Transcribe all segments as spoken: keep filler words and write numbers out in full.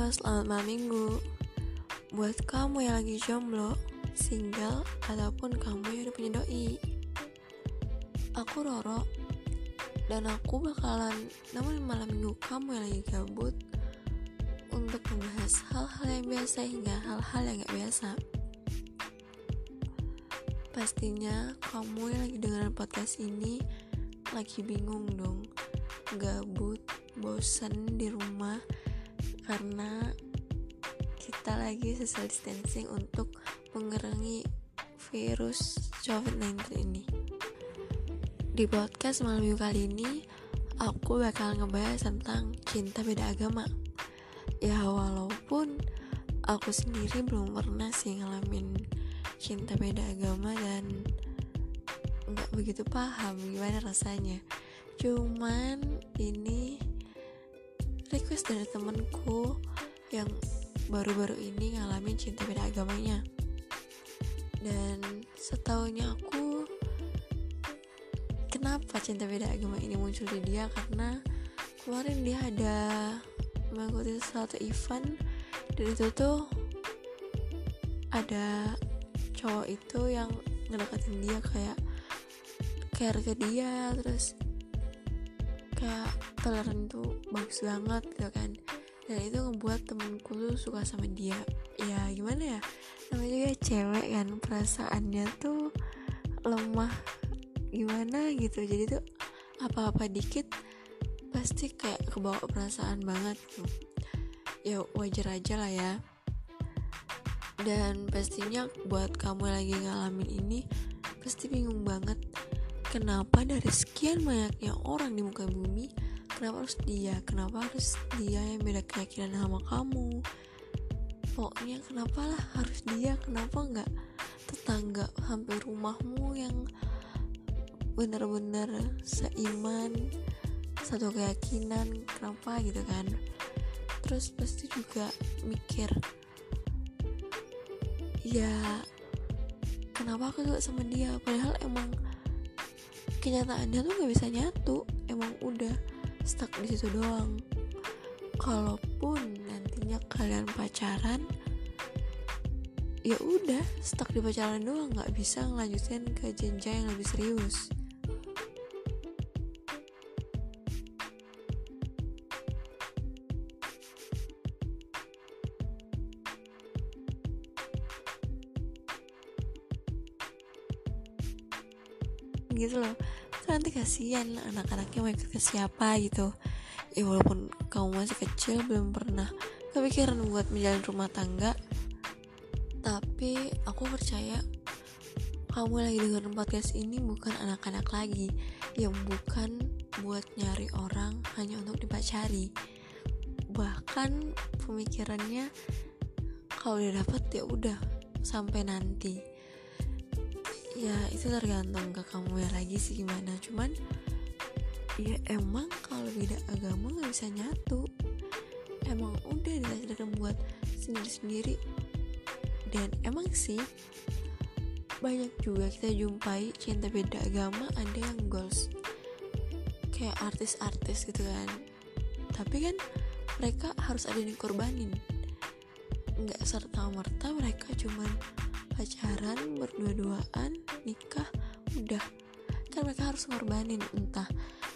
Halo, selamat malam minggu. Buat kamu yang lagi jomblo, single, ataupun kamu yang udah punya doi, aku Roro, dan aku bakalan nemenin malam minggu kamu yang lagi gabut untuk membahas hal-hal yang biasa hingga hal-hal yang gak biasa. Pastinya kamu yang lagi dengerin podcast ini lagi bingung dong, gabut, bosan di rumah karena kita lagi social distancing untuk mengurangi virus covid sembilan belas ini. Di podcast malam minggu kali ini, aku bakal ngebahas tentang cinta beda agama. Ya walaupun aku sendiri belum pernah sih ngalamin cinta beda agama dan gak begitu paham gimana rasanya. Cuman ini request dari temenku yang baru-baru ini ngalamin cinta beda agamanya. Dan setahunya aku, kenapa cinta beda agama ini muncul di dia, karena kemarin dia ada mengikuti suatu event, dan itu tuh ada cowok itu yang ngedekatin dia, kayak care ke dia, terus kayak toleran itu bagus banget gitu kan. Dan itu ngebuat temenku tuh suka sama dia. Ya gimana ya, namanya juga cewek kan, perasaannya tuh lemah gimana gitu. Jadi tuh apa-apa dikit pasti kayak kebawa perasaan banget gitu. Ya wajar aja lah ya. Dan pastinya buat kamu yang lagi ngalamin ini pasti bingung banget, kenapa dari sekian banyaknya orang di muka bumi, kenapa harus dia? Kenapa harus dia yang beda keyakinan sama kamu? Pokoknya kenapa lah harus dia? Kenapa nggak tetangga hampir rumahmu yang benar-benar seiman, satu keyakinan? Kenapa gitu kan? Terus pasti juga mikir, ya kenapa aku suka sama dia? Padahal emang kenyataannya tuh nggak bisa nyatu, emang udah stuck di situ doang. Kalaupun nantinya kalian pacaran, ya udah stuck di pacaran doang, nggak bisa ngelanjutin ke jenjang yang lebih serius. Gitu loh. Nanti kasihan anak-anaknya mau ikut ke siapa gitu. Ya walaupun kamu masih kecil, belum pernah kepikiran buat menjalin rumah tangga, tapi aku percaya kamu lagi dengerin podcast ini bukan anak-anak lagi, yang bukan buat nyari orang hanya untuk dipacari. Bahkan pemikirannya kalau udah dapet ya udah sampai nanti. Ya itu tergantung ke kamu ya lagi sih gimana. Cuman ya emang kalau beda agama gak bisa nyatu, emang udah ditakdirkan buat sendiri-sendiri. Dan emang sih banyak juga kita jumpai cinta beda agama ada yang goals, kayak artis-artis gitu kan. Tapi kan mereka harus ada yang dikorbanin, gak serta-merta mereka cuman pacaran, berdua-duaan, nikah, udah. Kan mereka harus ngorbanin, entah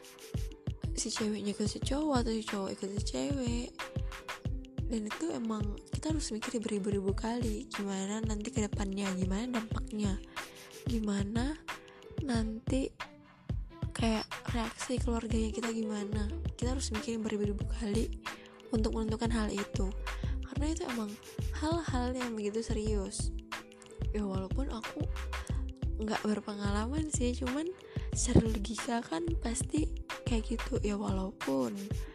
si ceweknya ke si cowok atau si cowok ikut si cewek. Dan itu emang kita harus mikir beribu-ribu kali, gimana nanti ke depannya, gimana dampaknya, gimana nanti kayak reaksi keluarganya kita gimana. Kita harus mikirin beribu-ribu kali untuk menentukan hal itu, karena itu emang hal-hal yang begitu serius. Ya walaupun aku gak berpengalaman sih, cuman secara logika kan pasti kayak gitu. Ya walaupun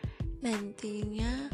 nantinya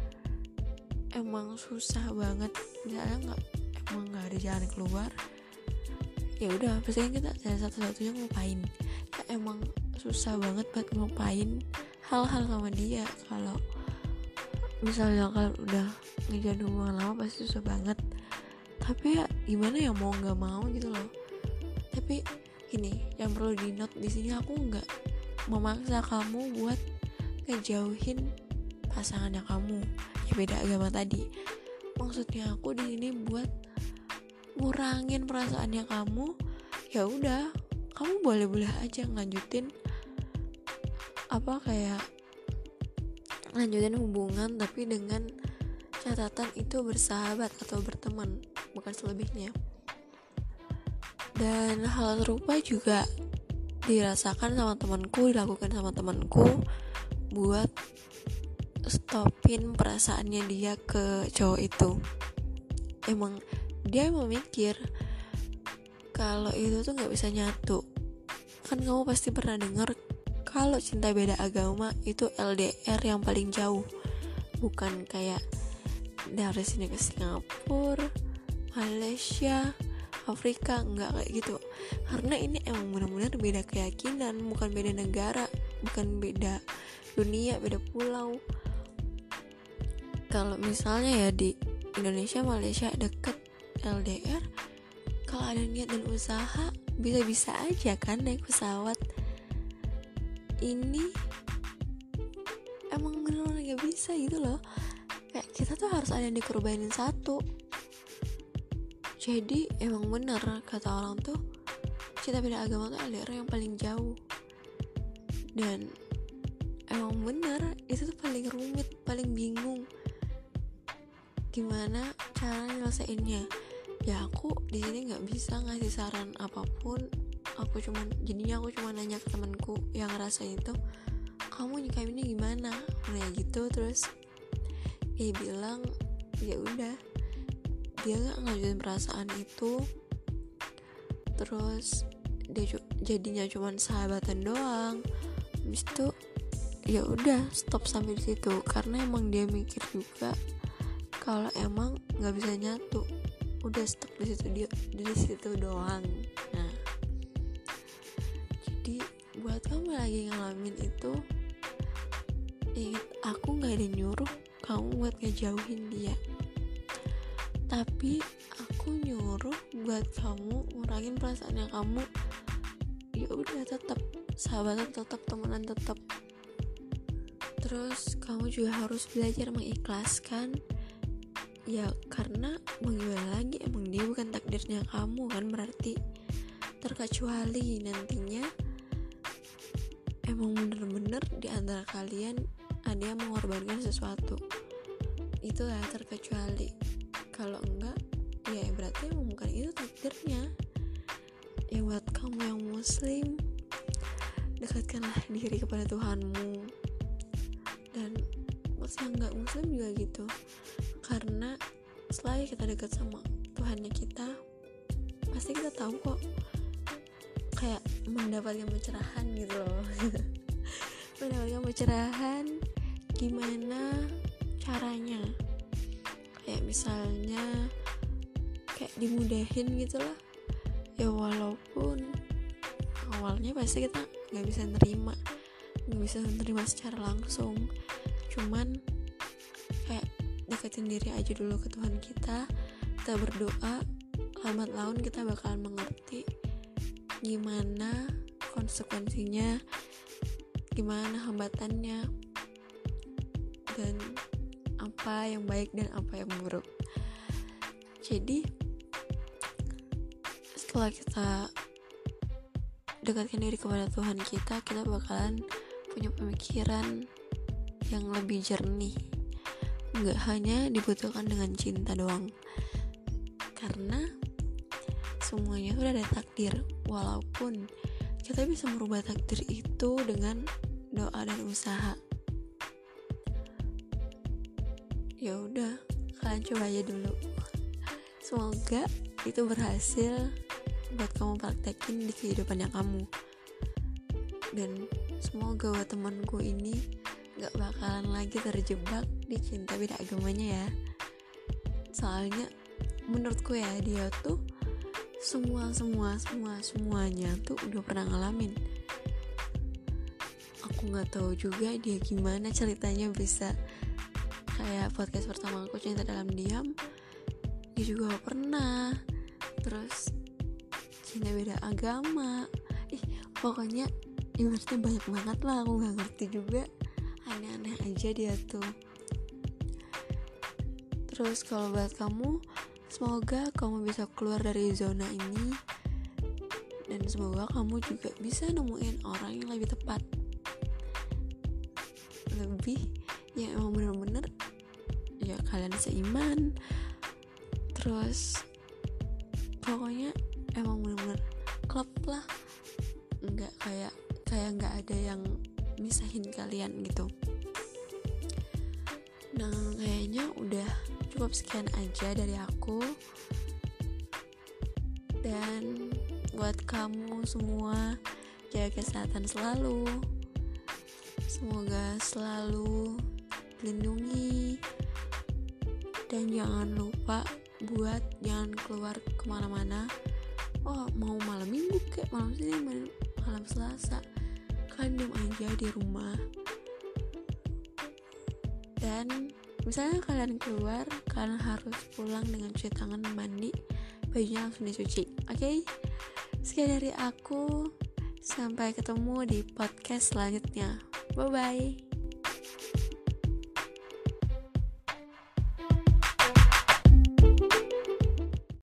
emang susah banget, misalnya gak, emang gak ada jalan keluar, ya udah pastinya kita jalan satu-satunya ngelupain. Ya emang susah banget buat ngelupain hal-hal sama dia. Kalau misalnya kalian udah ngejalin hubungan lama pasti susah banget. Tapi ya gimana ya, mau nggak mau gitu loh. Tapi gini, yang perlu di note di sini, aku nggak memaksa kamu buat ngejauhin pasangannya kamu. ya beda agama tadi. Maksudnya aku di sini buat ngurangin perasaannya kamu. Ya udah, kamu boleh-boleh aja ngelanjutin apa kayak lanjutin hubungan, tapi dengan catatan itu bersahabat atau berteman, bukan selebihnya. Dan hal serupa juga dirasakan sama temanku, dilakukan sama temanku buat stopin perasaannya dia ke cowok itu. Emang dia emang mikir kalau itu tuh nggak bisa nyatu. Kan kamu pasti pernah dengar kalau cinta beda agama itu L D R yang paling jauh, bukan kayak dari sini ke Singapura, Malaysia, Afrika, enggak kayak gitu. Karena ini emang benar-benar beda keyakinan, bukan beda negara, bukan beda dunia, beda pulau. Kalau misalnya ya di Indonesia Malaysia deket L D R, kalau ada niat dan usaha bisa-bisa aja kan naik pesawat. Ini emang benar-benar gak bisa gitu loh. Kayak kita tuh harus ada yang dikorbanin satu. Jadi emang benar kata orang tuh, cinta beda agama tuh L D R yang paling jauh. Dan emang benar itu tuh paling rumit, paling bingung gimana cara nyelesainnya. Ya aku di sini nggak bisa ngasih saran apapun. Aku cuman jadinya aku cuma nanya ke temanku yang ngerasain itu, kamu nyikapinnya gimana? Kayak gitu. Terus dia bilang ya udah, dia nggak ngajuin perasaan itu. Terus dia cu- jadinya cuma sahabatan doang. Habis itu ya udah stop sampai di situ, karena emang dia mikir juga kalau emang nggak bisa nyatu. Udah stuck di situ, dia di situ doang. Nah, jadi buat kamu lagi ngalamin itu, ingat aku nggak ada nyuruh kamu buat ngejauhin dia, tapi aku nyuruh buat kamu ngurangin perasaannya kamu. Ya udah, tetap sahabatan, tetap temenan, tetap. Terus kamu juga harus belajar mengikhlaskan. Ya karena mau gimana lagi, emang dia bukan takdirnya kamu kan, berarti terkecuali nantinya emang bener-bener di antara kalian ada yang mengorbankan sesuatu, itu lah terkecuali. Kalau enggak ya berarti emang bukan itu takdirnya. Ya buat kamu yang muslim, dekatkanlah diri kepada Tuhanmu. Dan buat yang enggak muslim juga gitu, karena selagi kita dekat sama Tuhannya kita, pasti kita tahu kok, kayak mendapatkan pencerahan gitu loh. Mendapatkan pencerahan gimana caranya, kayak misalnya kayak dimudahin gitu lah. Ya walaupun awalnya pasti kita nggak bisa nerima, nggak bisa nerima secara langsung, cuman kayak deketin diri aja dulu ke Tuhan kita. Kita berdoa, lambat laun kita bakalan mengerti gimana konsekuensinya, gimana hambatannya, dan apa yang baik dan apa yang buruk. Jadi setelah kita dekatkan diri kepada Tuhan kita, kita bakalan punya pemikiran yang lebih jernih. Nggak hanya dibutuhkan dengan cinta doang, karena semuanya itu udah ada takdir. Walaupun kita bisa merubah takdir itu dengan doa dan usaha. Ya udah, kalian coba aja dulu. Semoga itu berhasil buat kamu praktekin di kehidupannya kamu. Dan semoga buat temanku ini gak bakalan lagi terjebak di cinta beda agamanya ya. Soalnya menurutku ya, dia tuh semua semua semua semuanya tuh udah pernah ngalamin. Aku nggak tahu juga dia gimana ceritanya bisa kayak podcast pertama aku, Cinta Dalam Diam. Dia juga pernah. Terus cinta beda agama. Ih, pokoknya ibaratnya banyak banget lah. Aku nggak ngerti juga. Aneh-aneh aja dia tuh. Terus kalau buat kamu, semoga kamu bisa keluar dari zona ini, dan semoga kamu juga bisa nemuin orang yang lebih tepat, lebih yang emang bener-bener ya kalian seiman. Terus pokoknya emang bener-bener klop lah, nggak kayak kayak nggak ada yang misahin kalian gitu. Nah kayaknya udah cukup sekian aja dari aku. Dan buat kamu semua, jaga kesehatan selalu, semoga selalu dilindungi, dan jangan lupa buat jangan keluar kemana-mana. Oh mau malam minggu kayak malam Senin, malam Selasa, kalian diam aja di rumah. Dan misalnya kalian keluar, kalian harus pulang dengan cuci tangan, mandi, bajunya langsung dicuci. Oke, okay? Sekian dari aku. Sampai ketemu di podcast selanjutnya. Bye bye.